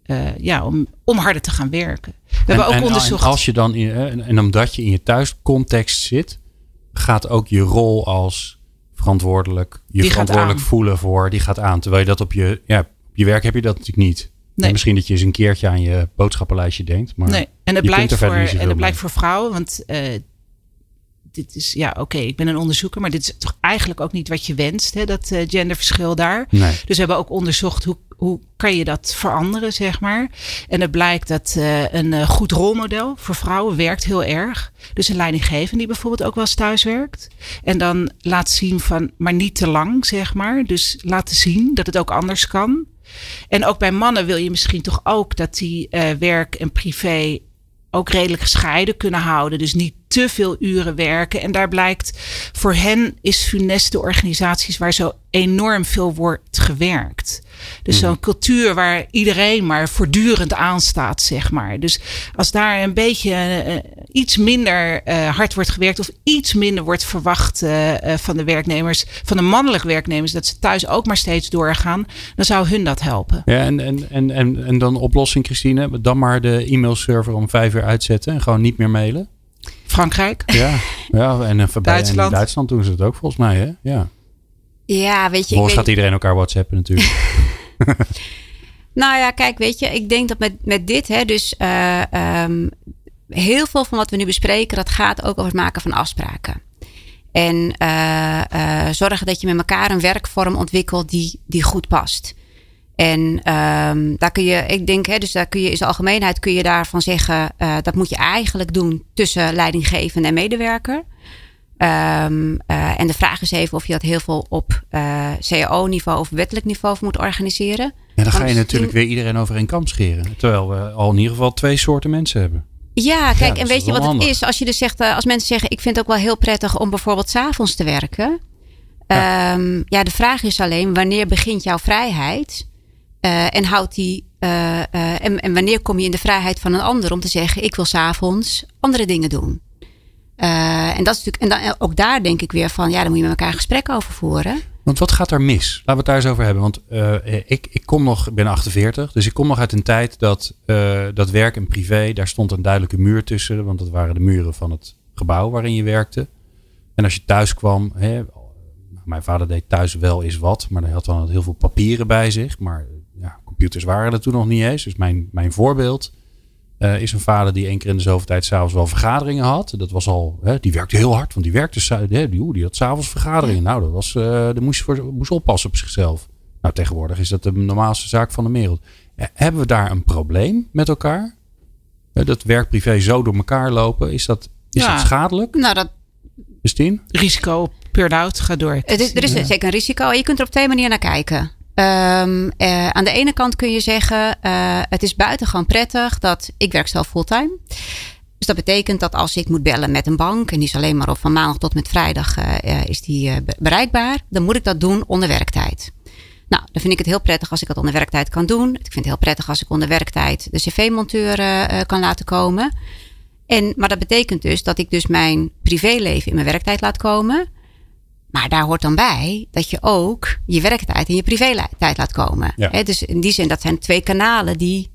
om harder te gaan werken. We hebben ook onderzocht. En als je dan en omdat je in je thuiscontext zit, gaat ook je rol als verantwoordelijk voelen voor, die gaat aan. Terwijl je dat op je werk heb je dat natuurlijk niet. Nee. Misschien dat je eens een keertje aan je boodschappenlijstje denkt. Maar nee, en het blijkt voor vrouwen, want dit is, ik ben een onderzoeker, maar dit is toch eigenlijk ook niet wat je wenst, hè, dat genderverschil daar. Nee. Dus we hebben ook onderzocht hoe kan je dat veranderen, zeg maar. En het blijkt dat een goed rolmodel voor vrouwen werkt heel erg. Dus een leidinggevende die bijvoorbeeld ook wel eens thuis werkt. En dan laat zien maar niet te lang, zeg maar. Dus laten zien dat het ook anders kan. En ook bij mannen wil je misschien toch ook dat die werk en privé ook redelijk gescheiden kunnen houden. Dus niet te veel uren werken. En daar blijkt, voor hen is funest de organisaties waar zo enorm veel wordt gewerkt. Dus zo'n cultuur waar iedereen maar voortdurend aanstaat, zeg maar. Dus als daar een beetje iets minder hard wordt gewerkt of iets minder wordt verwacht van de werknemers, van de mannelijke werknemers, dat ze thuis ook maar steeds doorgaan, dan zou hun dat helpen. Ja, en dan oplossing, Christine, dan maar de e-mailserver om 5 uur uitzetten en gewoon niet meer mailen. Frankrijk. Ja, en in Duitsland doen ze het ook volgens mij, hè? Ja. Ja, weet je. Volgens gaat iedereen elkaar WhatsAppen natuurlijk. Nou ja, kijk, weet je, ik denk dat met dit, hè, dus heel veel van wat we nu bespreken, dat gaat ook over het maken van afspraken. En zorgen dat je met elkaar een werkvorm ontwikkelt die goed past. En daar kun je, ik denk, hè, dus daar kun je in zijn algemeenheid kun je daarvan zeggen, dat moet je eigenlijk doen tussen leidinggevende en medewerker. En de vraag is even of je dat heel veel op CAO-niveau of wettelijk niveau moet organiseren. Ja, dan ga je natuurlijk weer iedereen over één kam scheren. Terwijl we al in ieder geval 2 soorten mensen hebben. Ja, kijk, en weet je wat handig. Het is? Als je dus zegt, als mensen zeggen, ik vind het ook wel heel prettig om bijvoorbeeld 's avonds te werken. De vraag is alleen, wanneer begint jouw vrijheid? En houdt die en wanneer kom je in de vrijheid van een ander om te zeggen, ik wil 's avonds andere dingen doen. En dat is natuurlijk, en dan, ook daar denk ik weer van, dan moet je met elkaar een gesprek over voeren. Want wat gaat er mis? Laten we het daar eens over hebben. Want ik ben 48, dus ik kom nog uit een tijd dat werk en privé, daar stond een duidelijke muur tussen. Want dat waren de muren van het gebouw waarin je werkte. En als je thuis kwam, mijn vader deed thuis wel eens wat, maar hij had dan heel veel papieren bij zich. Maar computers waren er toen nog niet eens. Dus mijn voorbeeld is een vader die 1 keer in de zoveel tijd 's avonds wel vergaderingen had. Dat was al, die werkte heel hard, want die werkte, die had 's avonds vergaderingen. Nou, dat was, moest oppassen op zichzelf. Nou, tegenwoordig is dat de normaalste zaak van de wereld. Hebben we daar een probleem met elkaar? Dat werk privé zo door elkaar lopen, is dat schadelijk? Nou, dat Christine? Risico, burn-out, ga door. Er is zeker een risico. Je kunt er op 2 manieren naar kijken. Aan de ene kant kun je zeggen, het is buitengewoon prettig dat ik werk zelf fulltime. Dus dat betekent dat als ik moet bellen met een bank, en die is alleen maar van maandag tot met vrijdag is die bereikbaar, dan moet ik dat doen onder werktijd. Nou, dan vind ik het heel prettig als ik dat onder werktijd kan doen. Ik vind het heel prettig als ik onder werktijd de cv-monteur kan laten komen. Maar dat betekent dus dat ik dus mijn privéleven in mijn werktijd laat komen. Maar daar hoort dan bij dat je ook je werktijd en je privé-tijd laat komen. Ja. Dus in die zin, dat zijn 2 kanalen die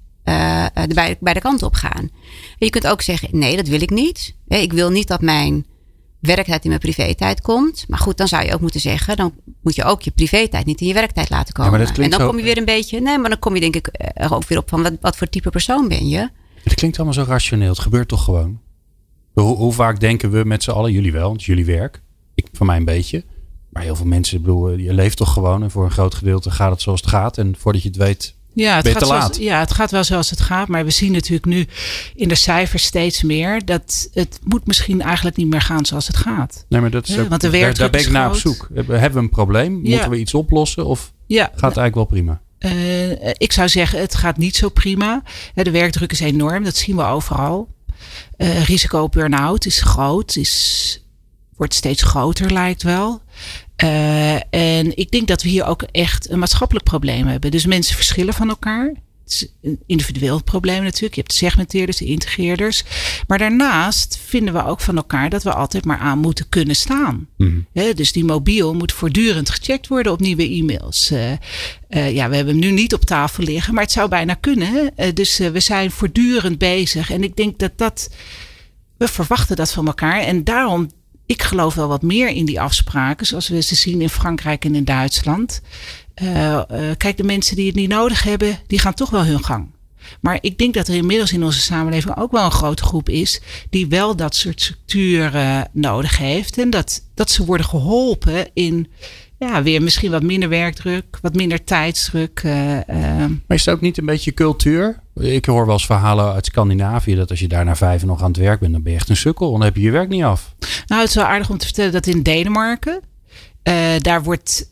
beide kanten op gaan. En je kunt ook zeggen, nee, dat wil ik niet. Ik wil niet dat mijn werktijd in mijn privé-tijd komt. Maar goed, dan zou je ook moeten zeggen, dan moet je ook je privé-tijd niet in je werktijd laten komen. Ja, en dan kom je weer een beetje, maar dan kom je denk ik ook weer op van wat voor type persoon ben je. Het klinkt allemaal zo rationeel. Het gebeurt toch gewoon? Hoe vaak denken we met z'n allen, jullie wel, het is jullie werk. Ik van mij een beetje. Maar heel veel mensen, je leeft toch gewoon. En voor een groot gedeelte gaat het zoals het gaat. En voordat je het weet, ben je te laat. Het gaat wel zoals het gaat. Maar we zien natuurlijk nu in de cijfers steeds meer dat het moet misschien eigenlijk niet meer gaan zoals het gaat. Nee, maar dat is ook, want daar ben ik naar op zoek. Hebben we een probleem? Moeten we iets oplossen? Of gaat het eigenlijk wel prima? Ik zou zeggen, het gaat niet zo prima. De werkdruk is enorm. Dat zien we overal. Risico op burn-out is groot. Wordt steeds groter, lijkt wel. En ik denk dat we hier ook echt een maatschappelijk probleem hebben. Dus mensen verschillen van elkaar. is een individueel probleem natuurlijk. Je hebt de segmenteerders, de integreerders. Maar daarnaast vinden we ook van elkaar dat we altijd maar aan moeten kunnen staan. Dus die mobiel moet voortdurend gecheckt worden op nieuwe e-mails. We hebben hem nu niet op tafel liggen, maar het zou bijna kunnen. Dus we zijn voortdurend bezig. En ik denk we verwachten dat van elkaar. En daarom, ik geloof wel wat meer in die afspraken, zoals we ze zien in Frankrijk en in Duitsland. Kijk, de mensen die het niet nodig hebben, die gaan toch wel hun gang. Maar ik denk dat er inmiddels in onze samenleving ook wel een grote groep is die wel dat soort structuren nodig heeft. En dat ze worden geholpen in weer misschien wat minder werkdruk, wat minder tijdsdruk. Maar is het ook niet een beetje cultuur? Ik hoor wel eens verhalen uit Scandinavië dat als je daar na 5 nog aan het werk bent, dan ben je echt een sukkel. Dan heb je je werk niet af. Nou, het is wel aardig om te vertellen dat in Denemarken, daar wordt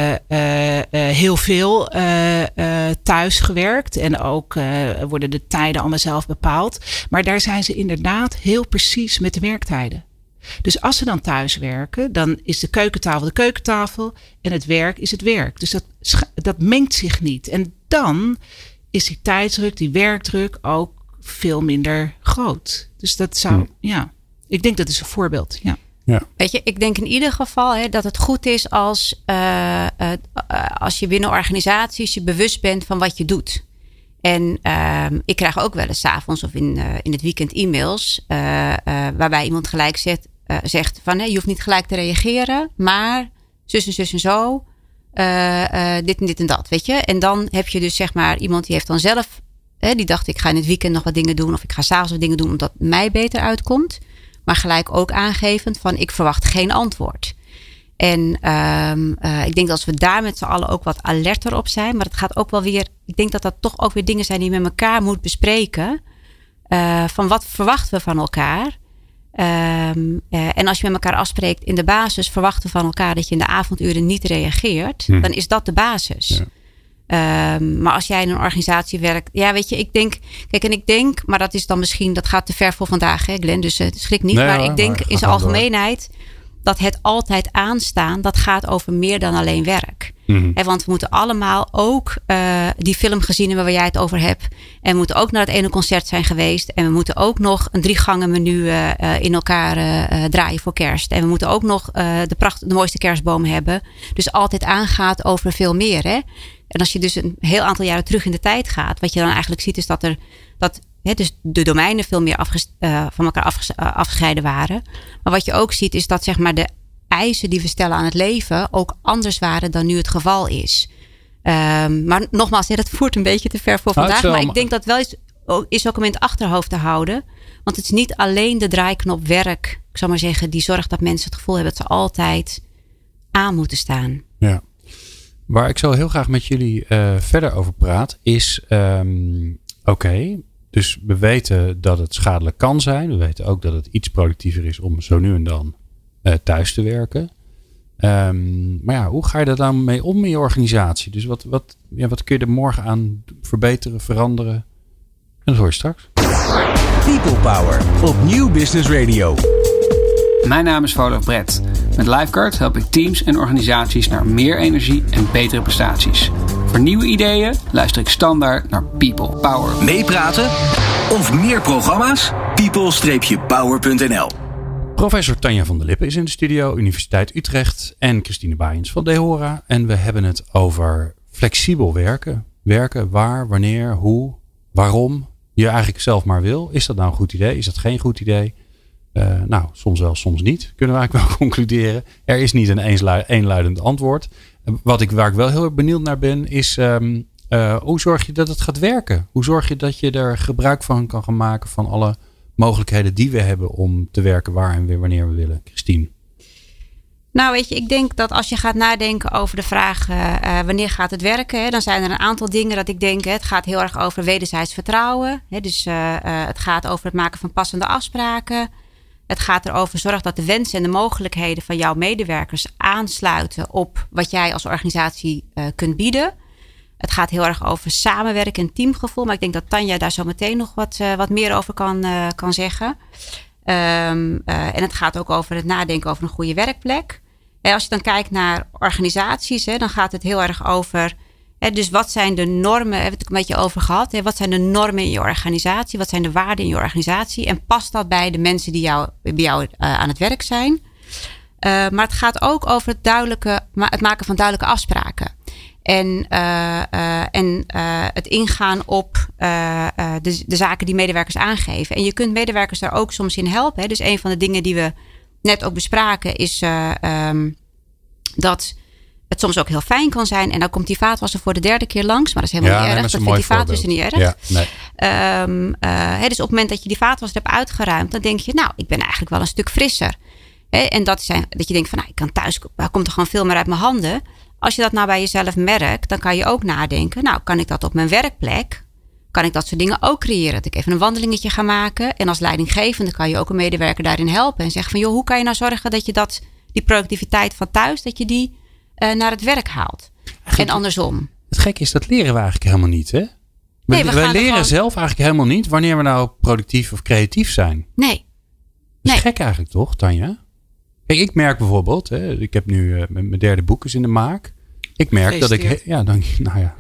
heel veel thuis gewerkt. En ook worden de tijden allemaal zelf bepaald. Maar daar zijn ze inderdaad heel precies met de werktijden. Dus als ze dan thuis werken, dan is de keukentafel de keukentafel. En het werk is het werk. Dus dat mengt zich niet. En dan is die tijdsdruk, die werkdruk ook veel minder groot. Dus dat zou, ik denk dat is een voorbeeld, Ja. Weet je, ik denk in ieder geval dat het goed is als je binnen organisaties je bewust bent van wat je doet. En ik krijg ook wel eens 's avonds of in het weekend e-mails waarbij iemand gelijk zegt van je hoeft niet gelijk te reageren, maar zus en zo, dit en dit en dat, weet je. En dan heb je dus zeg maar iemand die heeft dan zelf, die dacht ik ga in het weekend nog wat dingen doen of ik ga 's avonds wat dingen doen omdat het mij beter uitkomt. Maar gelijk ook aangevend van ik verwacht geen antwoord. En ik denk dat als we daar met z'n allen ook wat alerter op zijn. Maar het gaat ook wel weer. Ik denk dat dat toch ook weer dingen zijn die je met elkaar moet bespreken. Van wat verwachten we van elkaar. En als je met elkaar afspreekt in de basis verwachten we van elkaar dat je in de avonduren niet reageert. Dan is dat de basis. Ja. Maar als jij in een organisatie werkt. Ja, weet je, ik denk. Maar dat is dan misschien. Dat gaat te ver voor vandaag, hè, Glenn. Dus schrik niet. Nee, maar ik denk in zijn algemeenheid. Dat het altijd aanstaan. Dat gaat over meer dan alleen werk. Want we moeten allemaal ook die film gezien hebben waar jij het over hebt. En we moeten ook naar het ene concert zijn geweest. En we moeten ook nog een 3-gangen menu in elkaar draaien voor kerst. En we moeten ook nog de mooiste kerstboom hebben. Dus altijd aangaat over veel meer, hè. En als je dus een heel aantal jaren terug in de tijd gaat. Wat je dan eigenlijk ziet is dat dus de domeinen veel meer van elkaar afgescheiden waren. Maar wat je ook ziet is dat zeg maar de eisen die we stellen aan het leven ook anders waren dan nu het geval is. Maar nogmaals, dat voert een beetje te ver voor vandaag. Maar ik denk dat wel is ook om in het achterhoofd te houden. Want het is niet alleen de draaiknop werk, ik zou maar zeggen, die zorgt dat mensen het gevoel hebben dat ze altijd aan moeten staan. Ja. Waar ik zo heel graag met jullie verder over praat is, oké, dus we weten dat het schadelijk kan zijn. We weten ook dat het iets productiever is om zo nu en dan thuis te werken. Maar ja, hoe ga je daar dan mee om in je organisatie? Dus wat kun je er morgen aan verbeteren, veranderen? En dat hoor je straks. People Power op Nieuw Business Radio. Mijn naam is Volker Brett. Met Lifeguard help ik teams en organisaties naar meer energie en betere prestaties. Voor nieuwe ideeën luister ik standaard naar People Power. Meepraten of meer programma's? people-power.nl. Professor Tanja van der Lippe is in de studio, Universiteit Utrecht. En Christine Baaiens van Dehora. En we hebben het over flexibel werken. Werken waar, wanneer, hoe, waarom je eigenlijk zelf maar wil. Is dat nou een goed idee? Is dat geen goed idee? Soms wel, soms niet. Kunnen we eigenlijk wel concluderen. Er is niet een eenluidend antwoord. Waar ik wel heel erg benieuwd naar ben, is hoe zorg je dat het gaat werken? Hoe zorg je dat je er gebruik van kan gaan maken van alle mogelijkheden die we hebben om te werken waar en weer wanneer we willen? Christine. Nou, weet je, ik denk dat als je gaat nadenken over de vraag wanneer gaat het werken, dan zijn er een aantal dingen dat ik denk, het gaat heel erg over wederzijds vertrouwen. Dus het gaat over het maken van passende afspraken. Het gaat erover zorg dat de wensen en de mogelijkheden van jouw medewerkers aansluiten op wat jij als organisatie kunt bieden. Het gaat heel erg over samenwerken en teamgevoel. Maar ik denk dat Tanja daar zo meteen nog wat meer over kan zeggen. En het gaat ook over het nadenken over een goede werkplek. Als je dan kijkt naar organisaties, dan gaat het heel erg over Dus wat zijn de normen? Hebben we het een beetje over gehad. Wat zijn de normen in je organisatie? Wat zijn de waarden in je organisatie? En past dat bij de mensen die bij jou aan het werk zijn? Maar het gaat ook over het maken van duidelijke afspraken. En het ingaan op de zaken die medewerkers aangeven. En je kunt medewerkers daar ook soms in helpen. Dus een van de dingen die we net ook bespraken is dat het soms ook heel fijn kan zijn. En dan komt die vaatwasser voor de 3e keer langs. Maar dat is helemaal niet erg. Dat vindt die vaatwasser niet erg. Ja, nee. Dus op het moment dat je die vaatwasser hebt uitgeruimd, dan denk je, nou, ik ben eigenlijk wel een stuk frisser. En dat je denkt van, nou, ik kan thuis, daar komt er gewoon veel meer uit mijn handen. Als je dat nou bij jezelf merkt, dan kan je ook nadenken, nou, kan ik dat op mijn werkplek? Kan ik dat soort dingen ook creëren? Dat ik even een wandelingetje ga maken. En als leidinggevende kan je ook een medewerker daarin helpen. En zeggen van, joh, hoe kan je nou zorgen dat je die productiviteit van thuis, dat je die naar het werk haalt? En andersom. Het gekke is, dat leren we eigenlijk helemaal niet, hè? Wij leren zelf eigenlijk helemaal niet wanneer we nou productief of creatief zijn. Nee. Dat is gek eigenlijk, toch, Tanja? Kijk, ik merk bijvoorbeeld, ik heb nu mijn 3e boek is in de maak. Ik merk dat ik... Ja, dank je. Nou ja.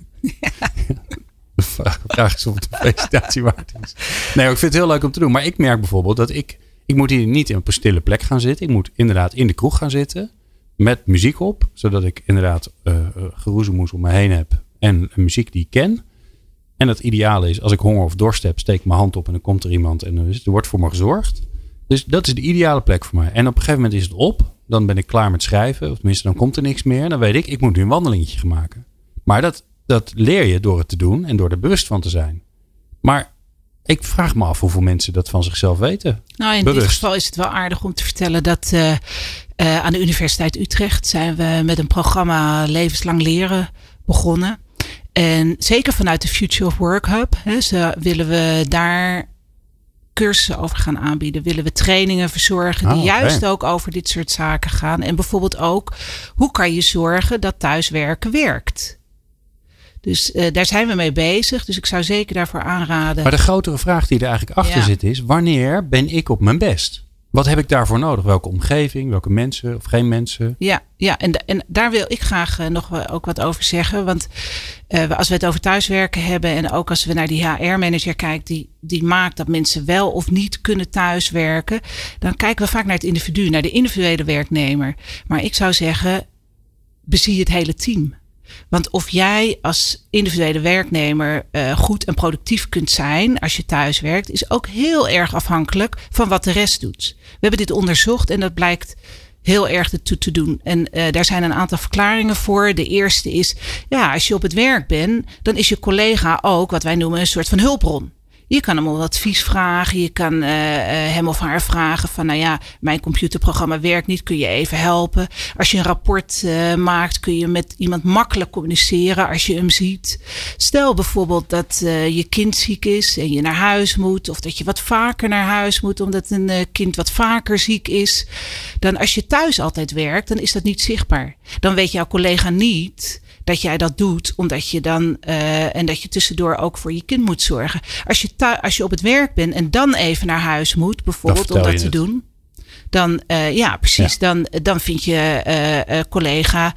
De vraag is of het een felicitatie waard is. Nee, ik vind het heel leuk om te doen. Maar ik merk bijvoorbeeld dat ik moet hier niet op een stille plek gaan zitten. Ik moet inderdaad in de kroeg gaan zitten. Met muziek op. Zodat ik inderdaad geroezemoes om me heen heb. En muziek die ik ken. En het ideale is, als ik honger of dorst heb, steek ik mijn hand op en dan komt er iemand. En er wordt voor me gezorgd. Dus dat is de ideale plek voor mij. En op een gegeven moment is het op. Dan ben ik klaar met schrijven. Of tenminste, dan komt er niks meer. Dan weet ik moet nu een wandelingetje gaan maken. Maar dat leer je door het te doen en door er bewust van te zijn. Maar ik vraag me af hoeveel mensen dat van zichzelf weten. Nou, in dit geval is het wel aardig om te vertellen dat aan de Universiteit Utrecht zijn we met een programma Levenslang Leren begonnen. En zeker vanuit de Future of Work Hub willen we daar cursussen over gaan aanbieden. Willen we trainingen verzorgen die juist ook over dit soort zaken gaan. En bijvoorbeeld ook, hoe kan je zorgen dat thuiswerken werkt? Dus daar zijn we mee bezig. Dus ik zou zeker daarvoor aanraden. Maar de grotere vraag die er eigenlijk achter zit is, wanneer ben ik op mijn best? Wat heb ik daarvoor nodig? Welke omgeving? Welke mensen of geen mensen? Ja, en daar wil ik graag nog ook wat over zeggen. Want als we het over thuiswerken hebben en ook als we naar die HR-manager kijken die maakt dat mensen wel of niet kunnen thuiswerken, dan kijken we vaak naar het individu, naar de individuele werknemer. Maar ik zou zeggen, bezie het hele team. Want of jij als individuele werknemer goed en productief kunt zijn als je thuis werkt, is ook heel erg afhankelijk van wat de rest doet. We hebben dit onderzocht en dat blijkt heel erg ertoe te doen. En daar zijn een aantal verklaringen voor. De eerste is, als je op het werk bent, dan is je collega ook wat wij noemen een soort van hulpbron. Je kan hem om advies vragen. Je kan hem of haar vragen van, mijn computerprogramma werkt niet. Kun je even helpen? Als je een rapport maakt, kun je met iemand makkelijk communiceren als je hem ziet. Stel bijvoorbeeld dat je kind ziek is en je naar huis moet. Of dat je wat vaker naar huis moet omdat een kind wat vaker ziek is. Dan als je thuis altijd werkt, dan is dat niet zichtbaar. Dan weet jouw collega niet dat jij dat doet, omdat je dan en dat je tussendoor ook voor je kind moet zorgen. Als je op het werk bent en dan even naar huis moet, bijvoorbeeld om dat te doen, dan precies. Ja. Dan vind je collega,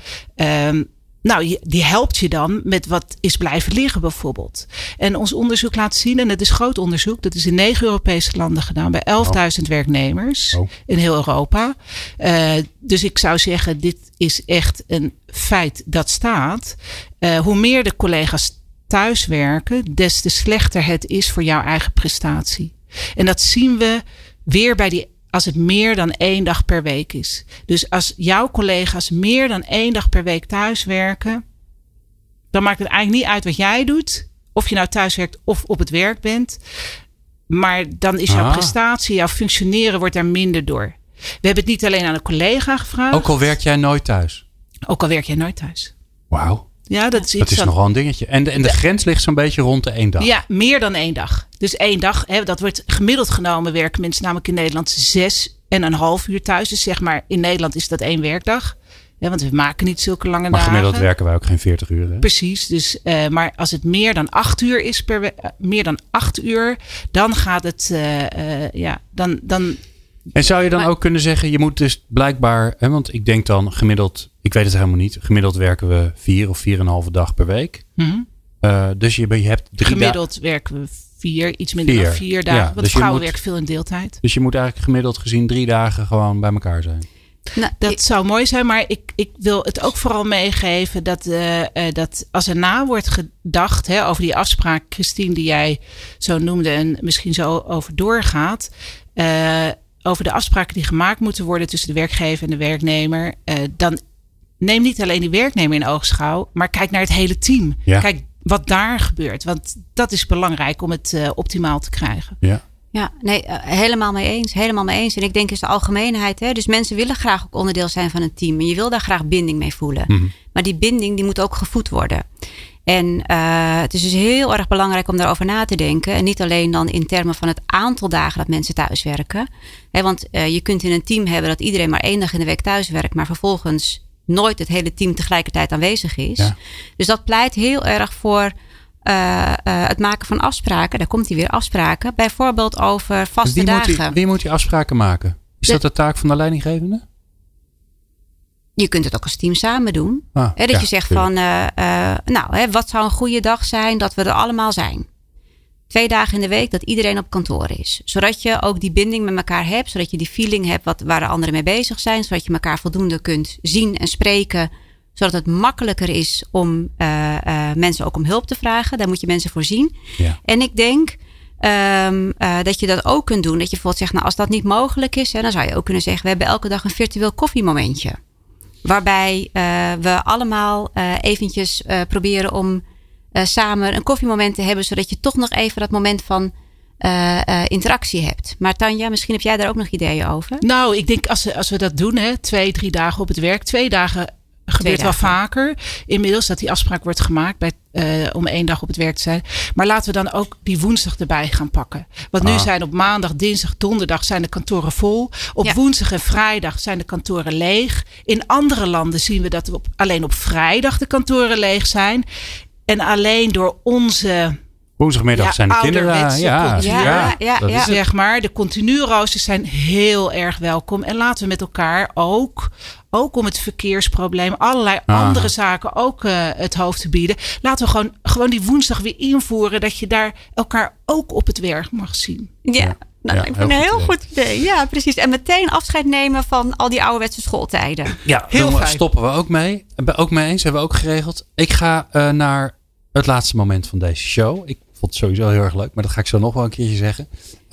die helpt je dan met wat is blijven liggen bijvoorbeeld. En ons onderzoek laat zien, en het is groot onderzoek, dat is in 9 Europese landen gedaan bij 11.000 werknemers in heel Europa. Dus ik zou zeggen, dit is echt een feit dat staat. Hoe meer de collega's thuiswerken, des te slechter het is voor jouw eigen prestatie. En dat zien we weer als het meer dan 1 dag per week is. Dus als jouw collega's meer dan 1 dag per week thuiswerken, dan maakt het eigenlijk niet uit wat jij doet. Of je nou thuiswerkt of op het werk bent. Maar dan is jouw prestatie, jouw functioneren wordt daar minder door. We hebben het niet alleen aan een collega gevraagd. Ook al werk jij nooit thuis? Ook al werk jij nooit thuis. Wauw. Ja, dat is nogal een dingetje. En de grens ligt zo'n beetje rond de 1 dag. Ja, meer dan 1 dag. Dus 1 dag, dat wordt gemiddeld genomen, werken mensen namelijk in Nederland 6,5 uur thuis. Dus zeg maar, in Nederland is dat 1 werkdag. Want we maken niet zulke lange dagen. Maar gemiddeld werken wij ook geen 40 uur. Hè? Precies. Dus, maar als het meer dan 8 uur is meer dan 8 uur, dan gaat het, En zou je dan ook kunnen zeggen, je moet dus blijkbaar, want ik denk dan gemiddeld, ik weet het helemaal niet, gemiddeld werken we 4 of 4,5 dag per week. Mm-hmm. Dus je hebt 3 gemiddeld werken we 4, iets minder dan 4 dagen. Want dus vrouwen werken veel in deeltijd. Dus je moet eigenlijk gemiddeld gezien 3 dagen gewoon bij elkaar zijn. Nou, dat zou mooi zijn, maar ik wil het ook vooral meegeven dat als er na wordt gedacht over die afspraak, Christine, die jij zo noemde en misschien zo over doorgaat, over de afspraken die gemaakt moeten worden tussen de werkgever en de werknemer, dan neem niet alleen die werknemer in oogschouw, maar kijk naar het hele team. Ja. Kijk wat daar gebeurt, want dat is belangrijk om het optimaal te krijgen. Ja. Ja, nee, helemaal mee eens. En ik denk is de algemeenheid. Dus mensen willen graag ook onderdeel zijn van een team. En je wil daar graag binding mee voelen. Mm-hmm. Maar die binding die moet ook gevoed worden. En het is dus heel erg belangrijk om daarover na te denken. En niet alleen dan in termen van het aantal dagen dat mensen thuiswerken. Want je kunt in een team hebben dat iedereen maar 1 dag in de week thuiswerkt. Maar vervolgens nooit het hele team tegelijkertijd aanwezig is. Ja. Dus dat pleit heel erg voor het maken van afspraken. Daar komt hij weer, afspraken. Bijvoorbeeld over vaste dagen. Wie moet die afspraken maken? Is dat de taak van de leidinggevende? Je kunt het ook als team samen doen. Dat je zegt van, wat zou een goede dag zijn dat we er allemaal zijn? 2 dagen in de week dat iedereen op kantoor is. Zodat je ook die binding met elkaar hebt. Zodat je die feeling hebt waar de anderen mee bezig zijn. Zodat je elkaar voldoende kunt zien en spreken. Zodat het makkelijker is om mensen ook om hulp te vragen. Daar moet je mensen voor zien. Ja. En ik denk dat je dat ook kunt doen. Dat je bijvoorbeeld zegt, als dat niet mogelijk is. Dan zou je ook kunnen zeggen, we hebben elke dag een virtueel koffiemomentje. Waarbij we allemaal eventjes proberen om samen een koffiemoment te hebben. Zodat je toch nog even dat moment van interactie hebt. Maar Tanja, misschien heb jij daar ook nog ideeën over? Nou, ik denk als we dat doen, 2-3 dagen op het werk. 2 dagen gebeurt wel vaker. Inmiddels dat die afspraak wordt gemaakt om 1 dag op het werk te zijn. Maar laten we dan ook die woensdag erbij gaan pakken. Want nu zijn op maandag, dinsdag, donderdag zijn de kantoren vol. Op woensdag en vrijdag zijn de kantoren leeg. In andere landen zien we dat alleen op vrijdag de kantoren leeg zijn. En alleen door onze woensdagmiddag zijn de kinderen. Ja. Zeg maar, de continu roosters zijn heel erg welkom. En laten we met elkaar ook om het verkeersprobleem, allerlei andere zaken ook het hoofd te bieden. Laten we gewoon die woensdag weer invoeren. Dat je daar elkaar ook op het werk mag zien. Ja. Nou, ik vind het een heel goed idee. Ja, precies. En meteen afscheid nemen van al die ouderwetse schooltijden. Ja, heel fijn. Stoppen we ook mee. Ook mee eens. Hebben we ook geregeld. Ik ga naar het laatste moment van deze show. Ik vond het sowieso heel erg leuk. Maar dat ga ik zo nog wel een keertje zeggen.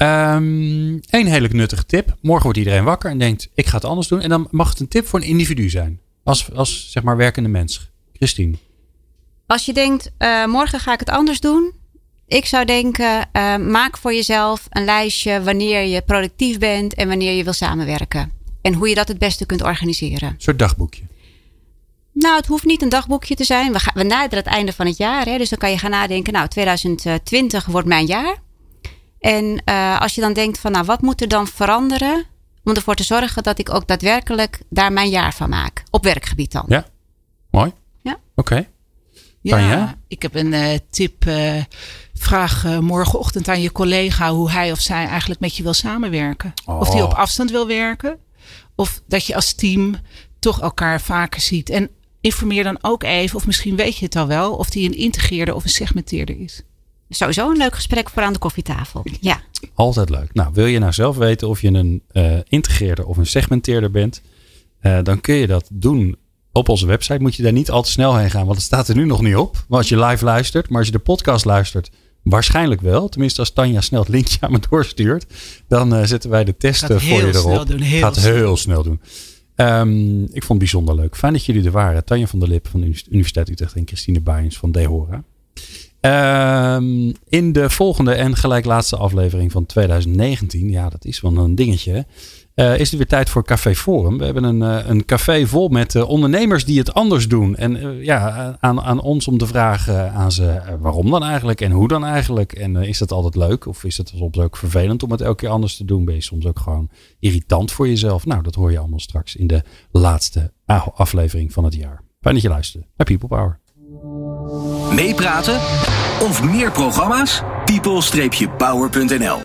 Een hele nuttige tip. Morgen wordt iedereen wakker en denkt, ik ga het anders doen. En dan mag het een tip voor een individu zijn. Als zeg maar werkende mens. Christine. Als je denkt, morgen ga ik het anders doen. Ik zou denken, maak voor jezelf een lijstje wanneer je productief bent en wanneer je wil samenwerken. En hoe je dat het beste kunt organiseren. Een soort dagboekje. Nou, het hoeft niet een dagboekje te zijn. We naderen het einde van het jaar. Dus dan kan je gaan nadenken, 2020 wordt mijn jaar. En als je dan denkt van, wat moet er dan veranderen om ervoor te zorgen dat ik ook daadwerkelijk daar mijn jaar van maak. Op werkgebied dan. Ja, mooi. Ja. Oké. Ja, ik heb een tip. Vraag morgenochtend aan je collega hoe hij of zij eigenlijk met je wil samenwerken. Of die op afstand wil werken. Of dat je als team toch elkaar vaker ziet. En informeer dan ook even, of misschien weet je het al wel, of die een integreerder of een segmenteerder is. Sowieso een leuk gesprek voor aan de koffietafel. Ja. Altijd leuk. Nou, wil je nou zelf weten of je een integreerder of een segmenteerder bent, dan kun je dat doen op onze website. Moet je daar niet al te snel heen gaan, want het staat er nu nog niet op. Maar als je live luistert, maar als je de podcast luistert, waarscheinlijk wel. Tenminste, als Tanja snel het linkje aan me doorstuurt, dan zetten wij de test voor je erop. Gaat heel snel doen. Ik vond het bijzonder leuk. Fijn dat jullie er waren. Tanja van der Lip van de Universiteit Utrecht en Christine Baaiens van DEHORA. In de volgende en gelijk laatste aflevering van 2019, ja, dat is wel een dingetje, is het weer tijd voor Café Forum. We hebben een café vol met ondernemers die het anders doen. En aan ons om te vragen aan ze waarom dan eigenlijk en hoe dan eigenlijk. En is dat altijd leuk of is het soms ook vervelend om het elke keer anders te doen? Ben je soms ook gewoon irritant voor jezelf? Nou, dat hoor je allemaal straks in de laatste aflevering van het jaar. Fijn dat je luistert bij People Power. Meepraten of meer programma's? people-power.nl